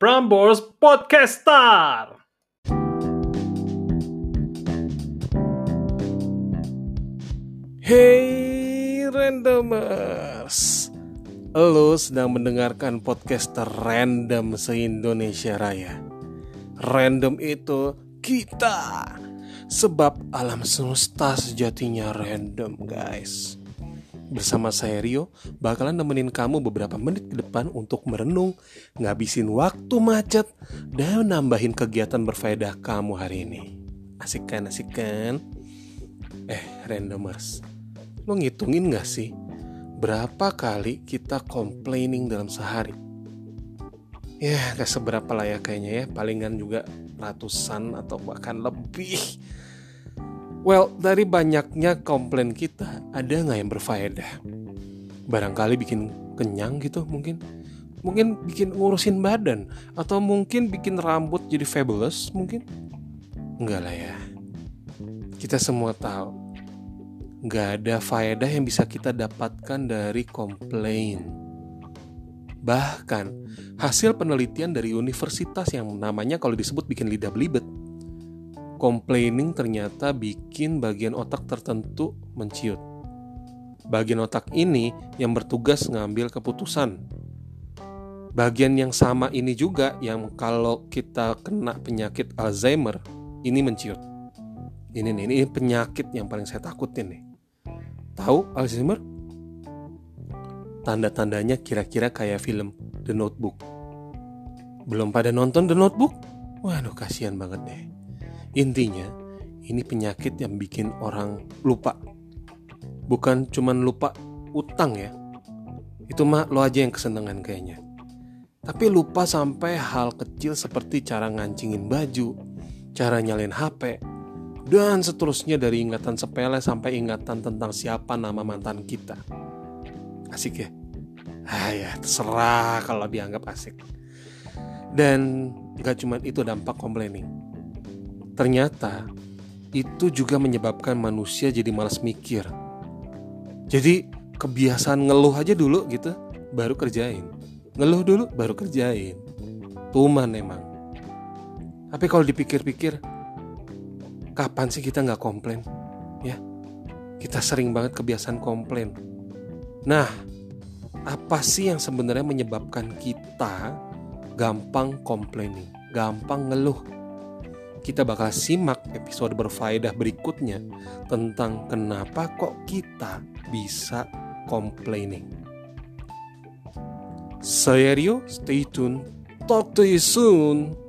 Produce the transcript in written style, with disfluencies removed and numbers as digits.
Prambors Podcaster. Hey Randomers, lo sedang mendengarkan podcaster random se-Indonesia Raya. Random itu kita, sebab alam semesta sejatinya random guys. Bersama saya Rio, bakalan nemenin kamu beberapa menit ke depan untuk merenung, ngabisin waktu macet, dan nambahin kegiatan berfaedah kamu hari ini. Asik kan? Randomers, lo ngitungin gak sih berapa kali kita complaining dalam sehari? Ya gak seberapa lah ya kayaknya ya, palingan juga ratusan atau bahkan lebih. Well, dari banyaknya komplain kita, ada gak yang berfaedah? Barangkali bikin kenyang gitu mungkin bikin ngurusin badan, atau mungkin bikin rambut jadi fabulous mungkin. Enggak lah ya, kita semua tahu gak ada faedah yang bisa kita dapatkan dari komplain. Bahkan hasil penelitian dari universitas yang namanya kalau disebut bikin lidah belibet, complaining ternyata bikin bagian otak tertentu menciut. Bagian otak ini yang bertugas ngambil keputusan. Bagian yang sama ini juga yang kalau kita kena penyakit Alzheimer ini menciut. Ini penyakit yang paling saya takutin nih. Tahu Alzheimer? Tanda-tandanya kira-kira kayak film The Notebook. Belum pada nonton The Notebook? Waduh, kasihan banget deh. Intinya, ini penyakit yang bikin orang lupa. Bukan cuman lupa utang ya. Itu mah lo aja yang kesenangan kayaknya. Tapi lupa sampai hal kecil seperti cara ngancingin baju, cara nyalain HP, dan seterusnya dari ingatan sepele sampai ingatan tentang siapa nama mantan kita. Asik ya? Ya terserah kalau dianggap asik. Dan gak cuma itu dampak complaining. Ternyata itu juga menyebabkan manusia jadi malas mikir. Jadi kebiasaan ngeluh aja dulu gitu, baru kerjain. Ngeluh dulu, baru kerjain. Tuman emang. Tapi kalau dipikir-pikir, kapan sih kita gak komplain? Ya, kita sering banget kebiasaan komplain. Nah, apa sih yang sebenarnya menyebabkan kita gampang complaining, gampang ngeluh? Kita bakal simak episode berfaedah berikutnya tentang kenapa kok kita bisa complaining. Saya Rio, stay tune, talk to you soon.